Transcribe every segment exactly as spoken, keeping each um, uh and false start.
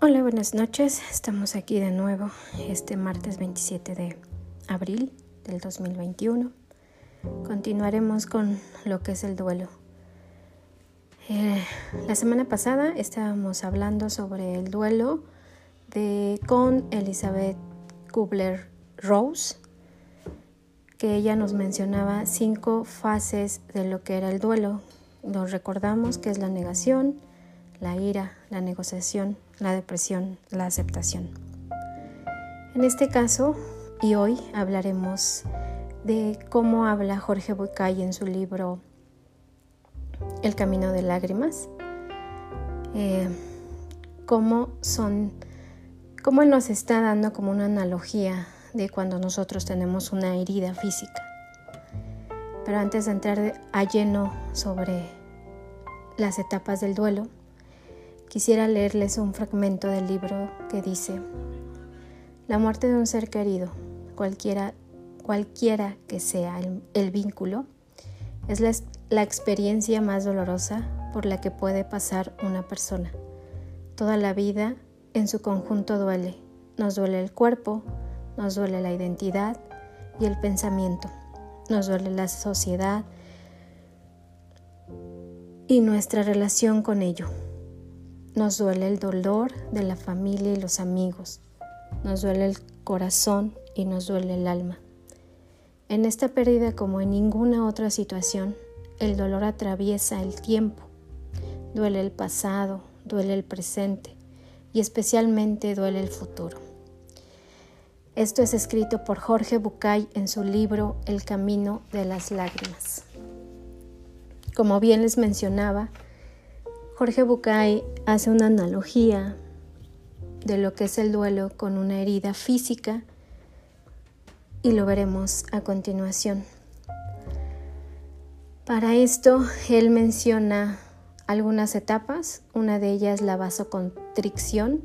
Hola, buenas noches. Estamos aquí de nuevo este martes veintisiete de abril del dos mil veintiuno. Continuaremos con lo que es el duelo. Eh, la semana pasada estábamos hablando sobre el duelo de, con Elizabeth Kubler-Ross, que ella nos mencionaba cinco fases de lo que era el duelo. Nos recordamos que es la negación, la ira, la negociación, la depresión, la aceptación. En este caso, y hoy hablaremos de cómo habla Jorge Bucay en su libro El camino de lágrimas, eh, cómo son, cómo él nos está dando como una analogía de cuando nosotros tenemos una herida física. Pero antes de entrar a lleno sobre las etapas del duelo, quisiera leerles un fragmento del libro que dice: la muerte de un ser querido, cualquiera, cualquiera que sea el, el vínculo, es la, la experiencia más dolorosa por la que puede pasar una persona. Toda la vida en su conjunto duele. Nos duele el cuerpo, nos duele la identidad y el pensamiento. Nos duele la sociedad y nuestra relación con ello. Nos duele el dolor de la familia y los amigos. Nos duele el corazón y nos duele el alma. En esta pérdida, como en ninguna otra situación, el dolor atraviesa el tiempo. Duele el pasado, duele el presente y especialmente duele el futuro. Esto es escrito por Jorge Bucay en su libro El camino de las lágrimas. Como bien les mencionaba, Jorge Bucay hace una analogía de lo que es el duelo con una herida física y lo veremos a continuación. Para esto, él menciona algunas etapas. Una de ellas, la vasoconstricción.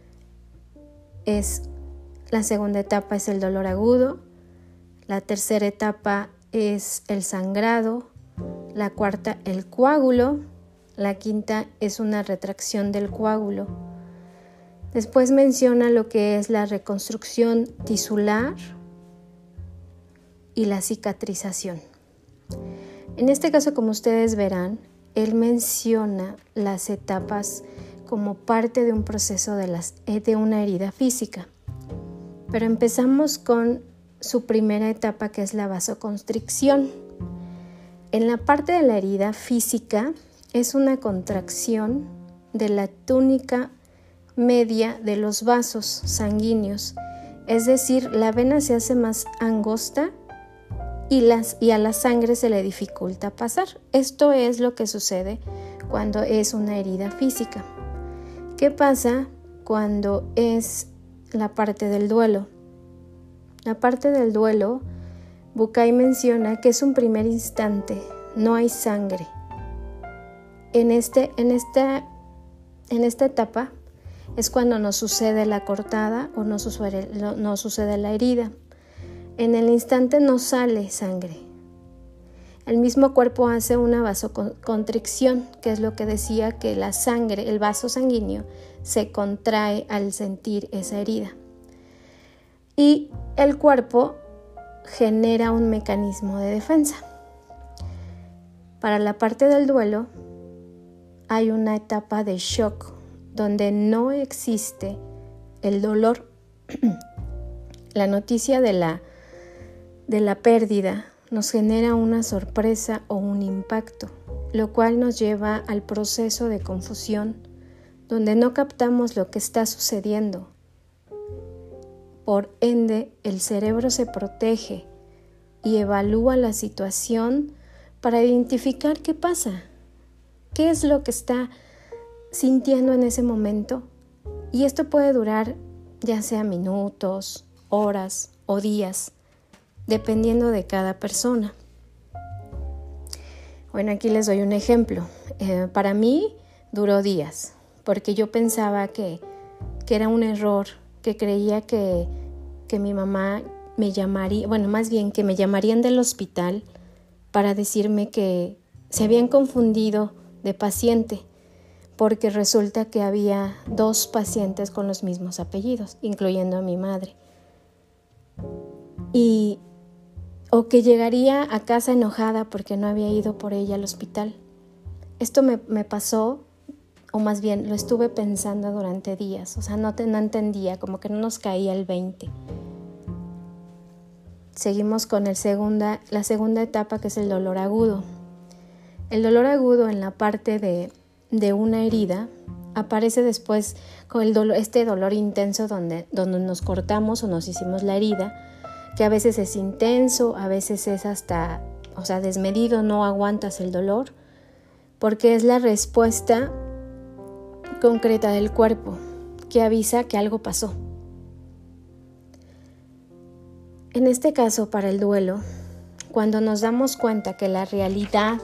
Es, la segunda etapa es el dolor agudo. La tercera etapa es el sangrado. La cuarta, el coágulo. La quinta es una retracción del coágulo. Después menciona lo que es la reconstrucción tisular y la cicatrización. En este caso, como ustedes verán, él menciona las etapas como parte de un proceso de, las, de una herida física. Pero empezamos con su primera etapa, que es la vasoconstricción. En la parte de la herida física, es una contracción de la túnica media de los vasos sanguíneos, es decir, la vena se hace más angosta y, las, y a la sangre se le dificulta pasar. Esto es lo que sucede cuando es una herida física. ¿Qué pasa cuando es la parte del duelo? La parte del duelo, Bucay menciona que es un primer instante, no hay sangre. En, este, en, esta, en esta etapa es cuando nos sucede la cortada o no sucede, no sucede la herida. En el instante no sale sangre. El mismo cuerpo hace una vasoconstricción, que es lo que decía, que la sangre, el vaso sanguíneo, se contrae al sentir esa herida. Y el cuerpo genera un mecanismo de defensa. Para la parte del duelo, hay una etapa de shock donde no existe el dolor. La noticia de la, de la pérdida nos genera una sorpresa o un impacto, lo cual nos lleva al proceso de confusión, donde no captamos lo que está sucediendo. Por ende, el cerebro se protege y evalúa la situación para identificar qué pasa. ¿Qué es lo que está sintiendo en ese momento? Y esto puede durar ya sea minutos, horas o días, dependiendo de cada persona. Bueno, aquí les doy un ejemplo. Eh, para mí duró días, porque yo pensaba que, que era un error, que creía que, que mi mamá me llamaría, bueno, más bien que me llamarían del hospital para decirme que se habían confundido de paciente, porque resulta que había dos pacientes con los mismos apellidos, incluyendo a mi madre. Y o que llegaría a casa enojada porque no había ido por ella al hospital. Esto me, me pasó, o más bien lo estuve pensando durante días, o sea, no, te, no entendía, como que no nos caía el veinte. Seguimos con el segunda, la segunda etapa, que es el dolor agudo. El dolor agudo en la parte de, de una herida aparece después con el dolor, este dolor intenso donde, donde nos cortamos o nos hicimos la herida, que a veces es intenso, a veces es hasta, o sea, desmedido, no aguantas el dolor, porque es la respuesta concreta del cuerpo que avisa que algo pasó. En este caso, para el duelo, cuando nos damos cuenta que la realidad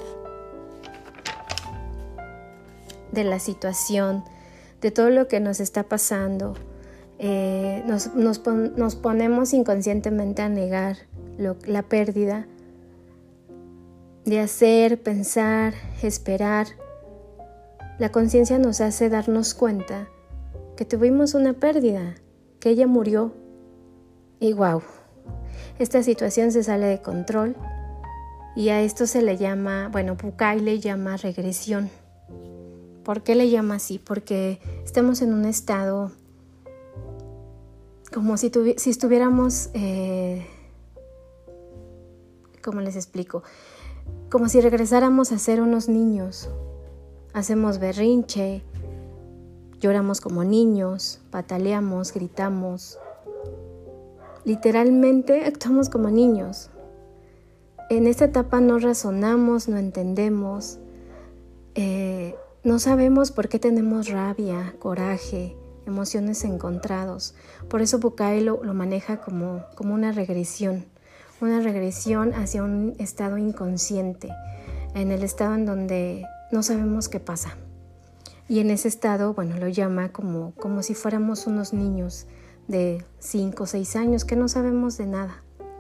de la situación, de todo lo que nos está pasando, Eh, nos, nos, pon, nos ponemos inconscientemente a negar lo, la pérdida, de hacer, pensar, esperar. La conciencia nos hace darnos cuenta que tuvimos una pérdida, que ella murió y wow, esta situación se sale de control y a esto se le llama, bueno, Bucay le llama regresión. ¿Por qué le llama así? Porque estamos en un estado como si, tuvi- si estuviéramos, eh, ¿cómo les explico? Como si regresáramos a ser unos niños. Hacemos berrinche, lloramos como niños, pataleamos, gritamos. Literalmente actuamos como niños. En esta etapa no razonamos, no entendemos, eh, no sabemos por qué tenemos rabia, coraje, emociones encontrados. Por eso Bucay lo, lo maneja como, como una regresión, una regresión hacia un estado inconsciente, en el estado en donde no sabemos qué pasa. Y en ese estado, bueno, lo llama como, como si fuéramos unos niños de cinco o seis años que no sabemos de nada.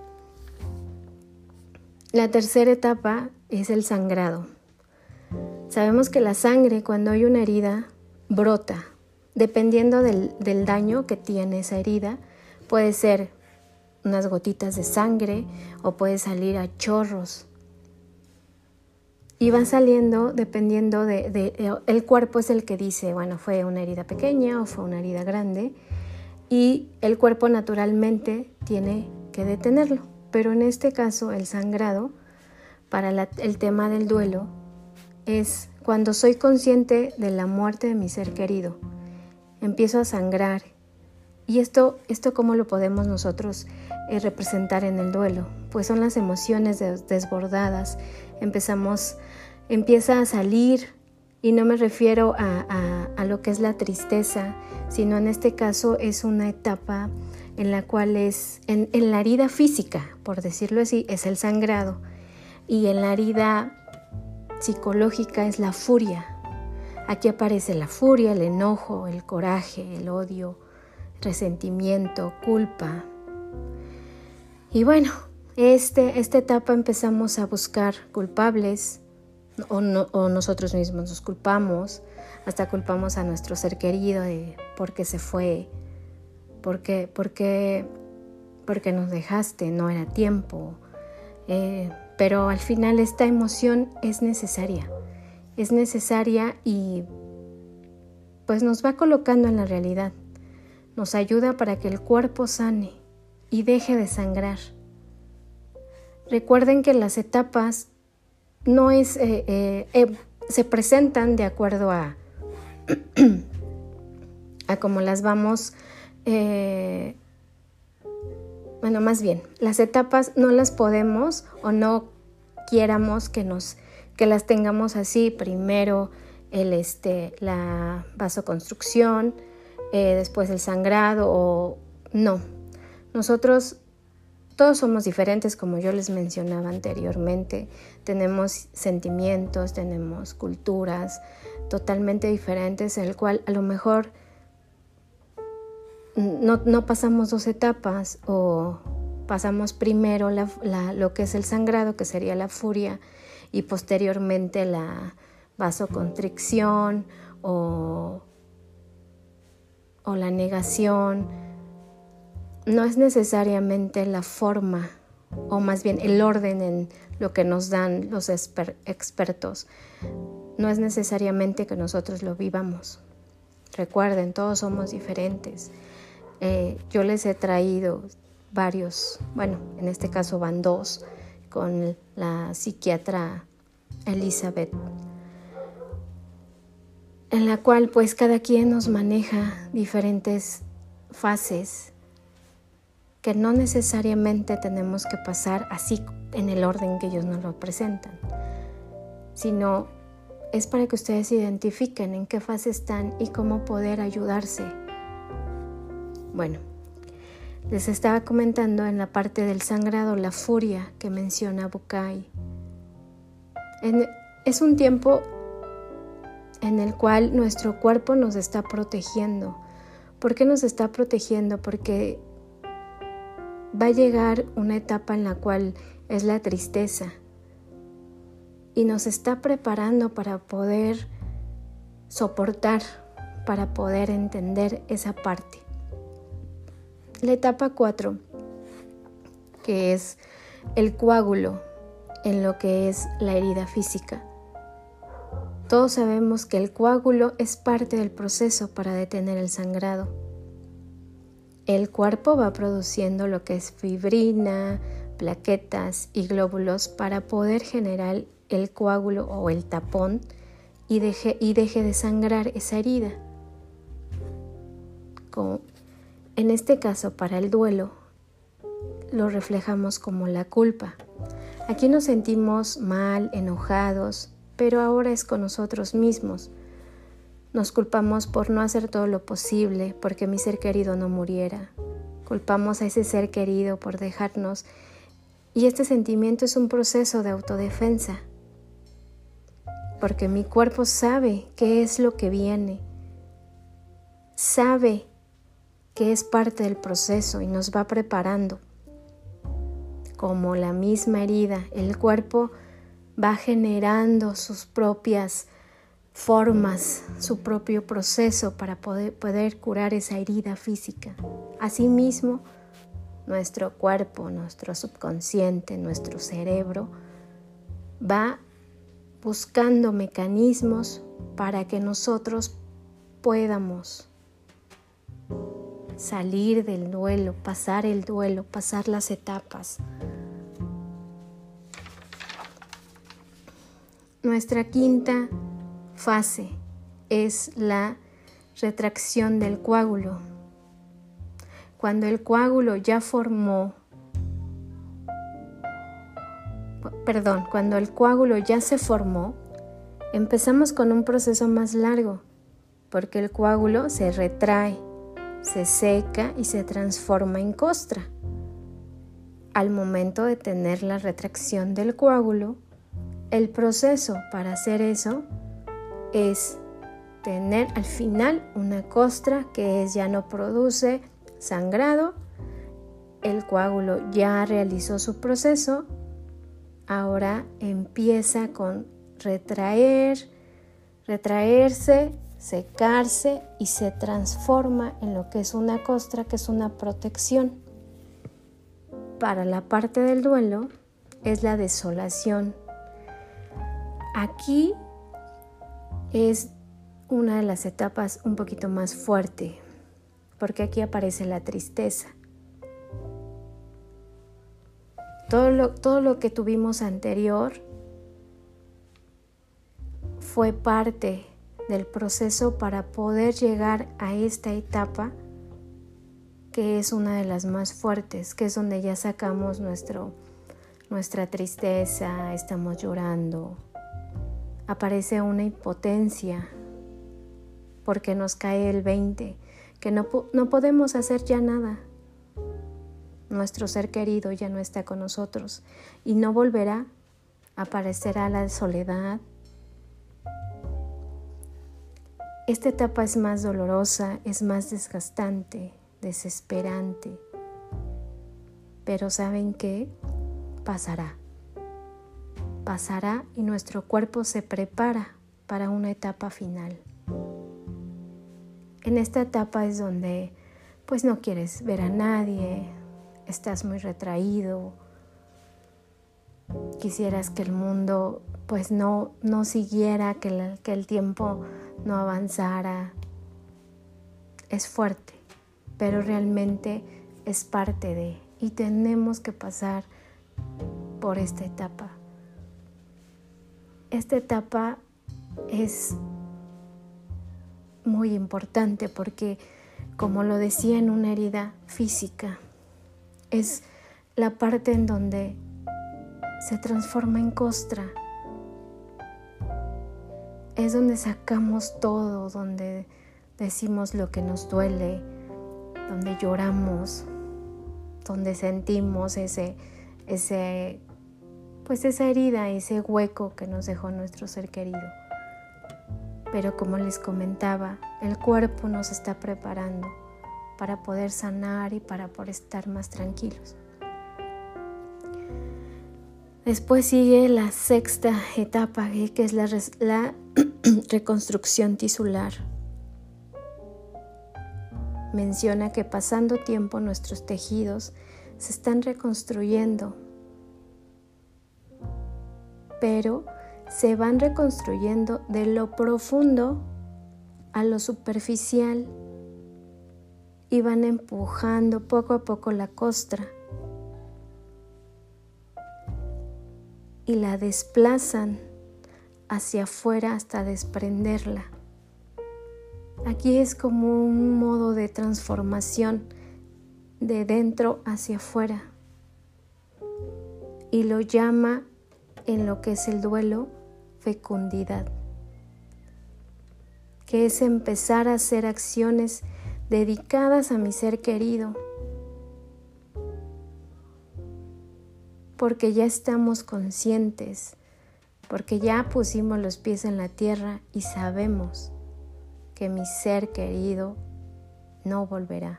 La tercera etapa es el sangrado. Sabemos que la sangre, cuando hay una herida, brota. Dependiendo del, del daño que tiene esa herida, puede ser unas gotitas de sangre o puede salir a chorros. Y va saliendo dependiendo de, de, de... El cuerpo es el que dice, bueno, fue una herida pequeña o fue una herida grande. Y el cuerpo naturalmente tiene que detenerlo. Pero en este caso, el sangrado, para la, el tema del duelo, es cuando soy consciente de la muerte de mi ser querido. Empiezo a sangrar. ¿Y esto, esto cómo lo podemos nosotros eh, representar en el duelo? Pues son las emociones des- desbordadas. Empezamos, empieza a salir, y no me refiero a, a, a lo que es la tristeza, sino en este caso es una etapa en la cual es, en, en la herida física, por decirlo así, es el sangrado. Y en la herida psicológica es la furia. Aquí aparece la furia, el enojo, el coraje, el odio, resentimiento, culpa. Y bueno, este, esta etapa empezamos a buscar culpables o, no, o nosotros mismos nos culpamos, hasta culpamos a nuestro ser querido de por qué se fue, por qué, por qué, por qué nos dejaste, no era tiempo. Eh, pero al final esta emoción es necesaria. Es necesaria y pues nos va colocando en la realidad. Nos ayuda para que el cuerpo sane y deje de sangrar. Recuerden que las etapas no es, eh, eh, eh, se presentan de acuerdo a, a cómo las vamos, eh, bueno, más bien, las etapas no las podemos o no quiéramos que nos que las tengamos así, primero el, este, la vasoconstrucción, eh, después el sangrado, o no. Nosotros todos somos diferentes, como yo les mencionaba anteriormente, tenemos sentimientos, tenemos culturas totalmente diferentes, en el cual a lo mejor no, no pasamos dos etapas o pasamos primero la, la, lo que es el sangrado, que sería la furia, y posteriormente la vasoconstricción o, o la negación. No es necesariamente la forma, o más bien el orden en lo que nos dan los exper- expertos. No es necesariamente que nosotros lo vivamos. Recuerden, todos somos diferentes. Eh, yo les he traído varios, bueno, en este caso van dos, con la psiquiatra Elizabeth, en la cual pues cada quien nos maneja diferentes fases que no necesariamente tenemos que pasar así en el orden que ellos nos lo presentan, sino es para que ustedes identifiquen en qué fase están y cómo poder ayudarse. Bueno, les estaba comentando en la parte del sangrado la furia que menciona Bucay. En, es un tiempo en el cual nuestro cuerpo nos está protegiendo. ¿Por qué nos está protegiendo? Porque va a llegar una etapa en la cual es la tristeza y nos está preparando para poder soportar, para poder entender esa parte. La etapa cuatro, que es el coágulo en lo que es la herida física. Todos sabemos que el coágulo es parte del proceso para detener el sangrado. El cuerpo va produciendo lo que es fibrina, plaquetas y glóbulos para poder generar el coágulo o el tapón y deje, y deje de sangrar esa herida. Como en este caso, para el duelo, lo reflejamos como la culpa. Aquí nos sentimos mal, enojados, pero ahora es con nosotros mismos. Nos culpamos por no hacer todo lo posible, porque mi ser querido no muriera. Culpamos a ese ser querido por dejarnos. Y este sentimiento es un proceso de autodefensa, porque mi cuerpo sabe qué es lo que viene, sabe que es parte del proceso y nos va preparando. Como la misma herida, el cuerpo va generando sus propias formas, su propio proceso para poder, poder curar esa herida física. Asimismo, nuestro cuerpo, nuestro subconsciente, nuestro cerebro va buscando mecanismos para que nosotros podamos salir del duelo, pasar el duelo, pasar las etapas. Nuestra quinta fase es la retracción del coágulo. Cuando el coágulo ya formó, perdón, cuando el coágulo ya se formó, empezamos con un proceso más largo, porque el coágulo se retrae, se seca y se transforma en costra. Al momento de tener la retracción del coágulo, el proceso para hacer eso es tener al final una costra que es, ya no produce sangrado, el coágulo ya realizó su proceso, ahora empieza con retraer, retraerse, secarse y se transforma en lo que es una costra, que es una protección. Para la parte del duelo es la desolación. Aquí es una de las etapas un poquito más fuerte, porque aquí aparece la tristeza. Todo lo, todo lo que tuvimos anterior fue parte del proceso para poder llegar a esta etapa, que es una de las más fuertes, que es donde ya sacamos nuestro, nuestra tristeza, estamos llorando. Aparece una impotencia porque nos cae el veinte, que no, no podemos hacer ya nada. Nuestro ser querido ya no está con nosotros y no volverá. Aparecerá la soledad. Esta etapa es más dolorosa, es más desgastante, desesperante. Pero ¿saben qué? Pasará. Pasará y nuestro cuerpo se prepara para una etapa final. En esta etapa es donde pues no quieres ver a nadie, estás muy retraído, quisieras que el mundo pues no, no siguiera, que, la, que el tiempo no avanzara. Es fuerte, pero realmente es parte de, y tenemos que pasar por esta etapa. Esta etapa es muy importante porque, como lo decía, en una herida física, es la parte en donde se transforma en costra. Es donde sacamos todo, donde decimos lo que nos duele, donde lloramos, donde sentimos ese, ese, pues esa herida, ese hueco que nos dejó nuestro ser querido. Pero como les comentaba, el cuerpo nos está preparando para poder sanar y para poder estar más tranquilos. Después sigue la sexta etapa, que es la, la reconstrucción tisular. Menciona que pasando tiempo nuestros tejidos se están reconstruyendo, pero se van reconstruyendo de lo profundo a lo superficial y van empujando poco a poco la costra y la desplazan hacia afuera hasta desprenderla. Aquí es como un modo de transformación de dentro hacia afuera y lo llama, en lo que es el duelo, fecundidad, que es empezar a hacer acciones dedicadas a mi ser querido, porque ya estamos conscientes, porque ya pusimos los pies en la tierra y sabemos que mi ser querido no volverá,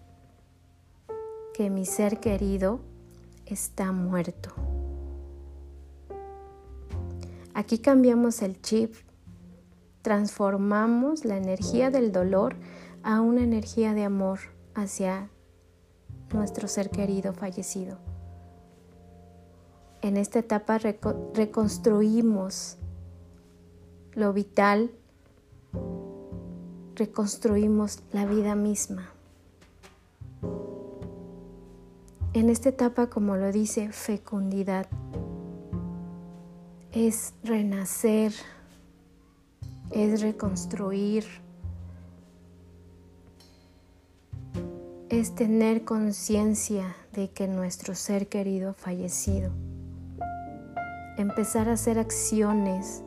que mi ser querido está muerto. Aquí cambiamos el chip, transformamos la energía del dolor a una energía de amor hacia nuestro ser querido fallecido. En esta etapa reco- reconstruimos lo vital, reconstruimos la vida misma. En esta etapa, como lo dice, fecundidad, es renacer, es reconstruir, es tener conciencia de que nuestro ser querido ha fallecido, empezar a hacer acciones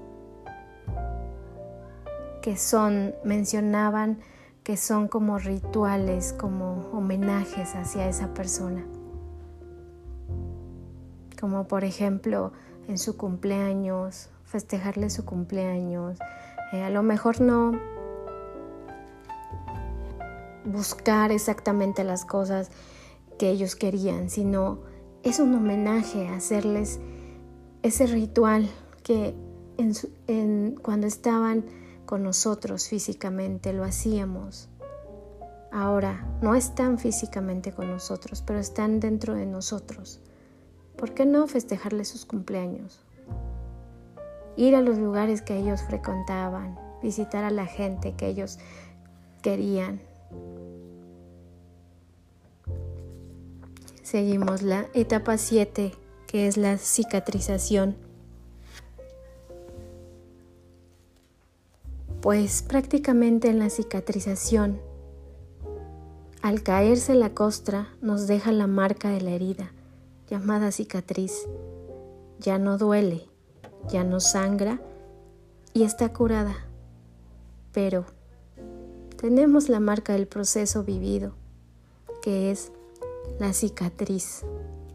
que son, mencionaban, que son como rituales, como homenajes hacia esa persona. Como por ejemplo, en su cumpleaños, festejarle su cumpleaños. Eh, a lo mejor no buscar exactamente las cosas que ellos querían, sino es un homenaje a hacerles ese ritual que en su, en, cuando estaban con nosotros físicamente lo hacíamos. Ahora no están físicamente con nosotros, pero están dentro de nosotros. ¿Por qué no festejarles sus cumpleaños? Ir a los lugares que ellos frecuentaban, visitar a la gente que ellos querían. Seguimos la etapa siete, que es la cicatrización. Pues prácticamente en la cicatrización, al caerse la costra, nos deja la marca de la herida, llamada cicatriz. Ya no duele, ya no sangra y está curada. Pero tenemos la marca del proceso vivido, que es la cicatriz.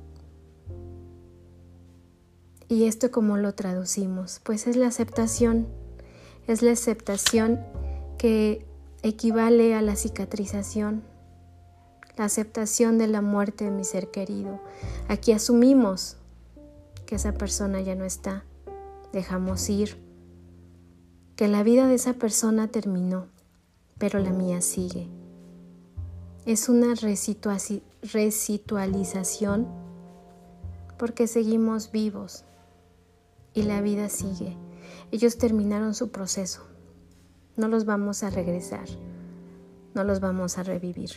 ¿Y esto cómo lo traducimos? Pues es la aceptación. Es la aceptación que equivale a la cicatrización. La aceptación de la muerte de mi ser querido. Aquí asumimos que esa persona ya no está. Dejamos ir. Que la vida de esa persona terminó. pero la mía sigue. Es una resitua- resitualización porque seguimos vivos y la vida sigue. Ellos terminaron su proceso. No los vamos a regresar, no los vamos a revivir.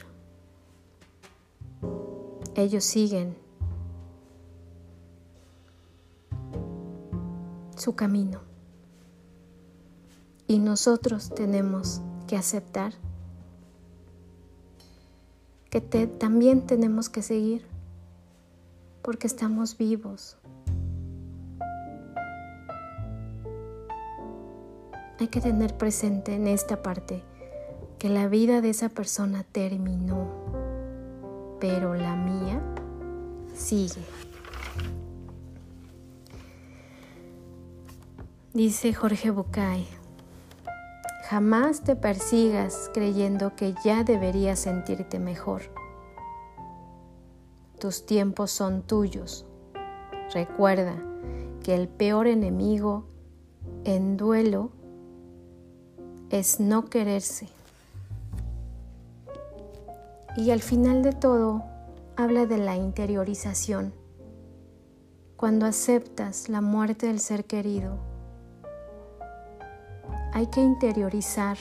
Ellos siguen su camino y nosotros tenemos que aceptar que te, también tenemos que seguir porque estamos vivos. Hay que tener presente en esta parte que la vida de esa persona terminó, pero la mía sigue. Dice Jorge Bucay: jamás te persigas creyendo que ya deberías sentirte mejor. Tus tiempos son tuyos. Recuerda que el peor enemigo en duelo es no quererse. Y al final de todo, habla de la interiorización. Cuando aceptas la muerte del ser querido, hay que interiorizar,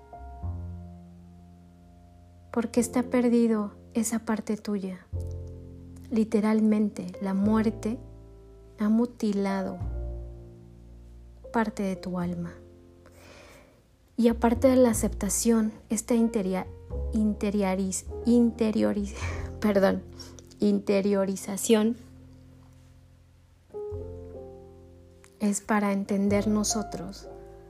porque está perdido esa parte tuya. Literalmente, la muerte ha mutilado parte de tu alma. Y aparte de la aceptación, esta interia, interioriz, interioriz, perdón, interiorización es para entender nosotros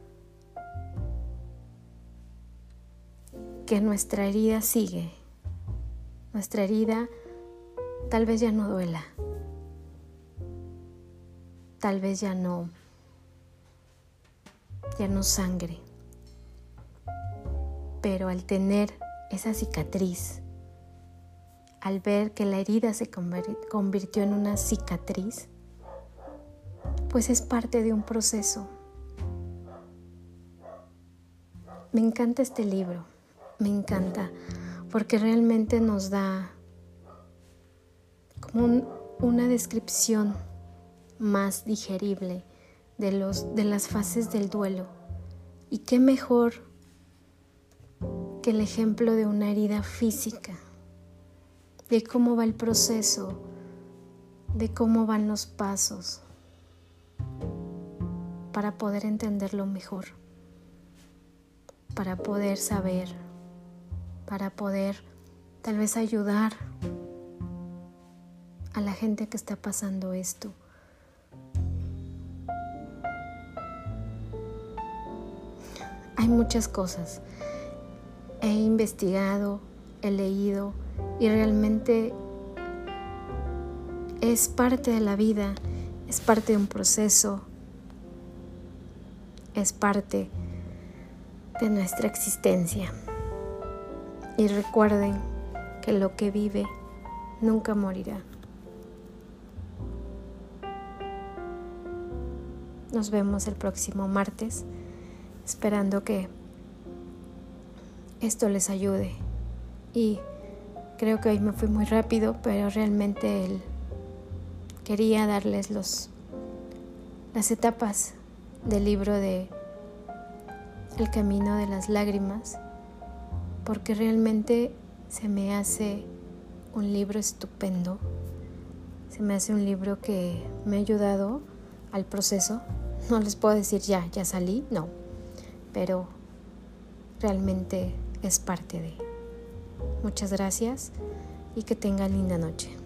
que nuestra herida sigue. Nuestra herida tal vez ya no duela, tal vez ya no, ya no sangre. Pero al tener esa cicatriz, al ver que la herida se convirtió en una cicatriz, pues es parte de un proceso. Me encanta este libro, me encanta, porque realmente nos da como un, una descripción más digerible de, los, de las fases del duelo. Y qué mejor que el ejemplo de una herida física, de cómo va el proceso, de cómo van los pasos, para poder entenderlo mejor, para poder saber, para poder tal vez ayudar a la gente que está pasando esto. Hay muchas cosas. He investigado, he leído y realmente es parte de la vida, es parte de un proceso, es parte de nuestra existencia. Y recuerden que lo que vive nunca morirá. Nos vemos el próximo martes, esperando que esto les ayude. Y creo que hoy me fui muy rápido, pero realmente el, quería darles los, las etapas del libro de El Camino de las Lágrimas, porque realmente se me hace un libro estupendo, se me hace un libro que me ha ayudado al proceso. No les puedo decir ya, ya salí, no, pero realmente es parte de. Muchas gracias y que tengan linda noche.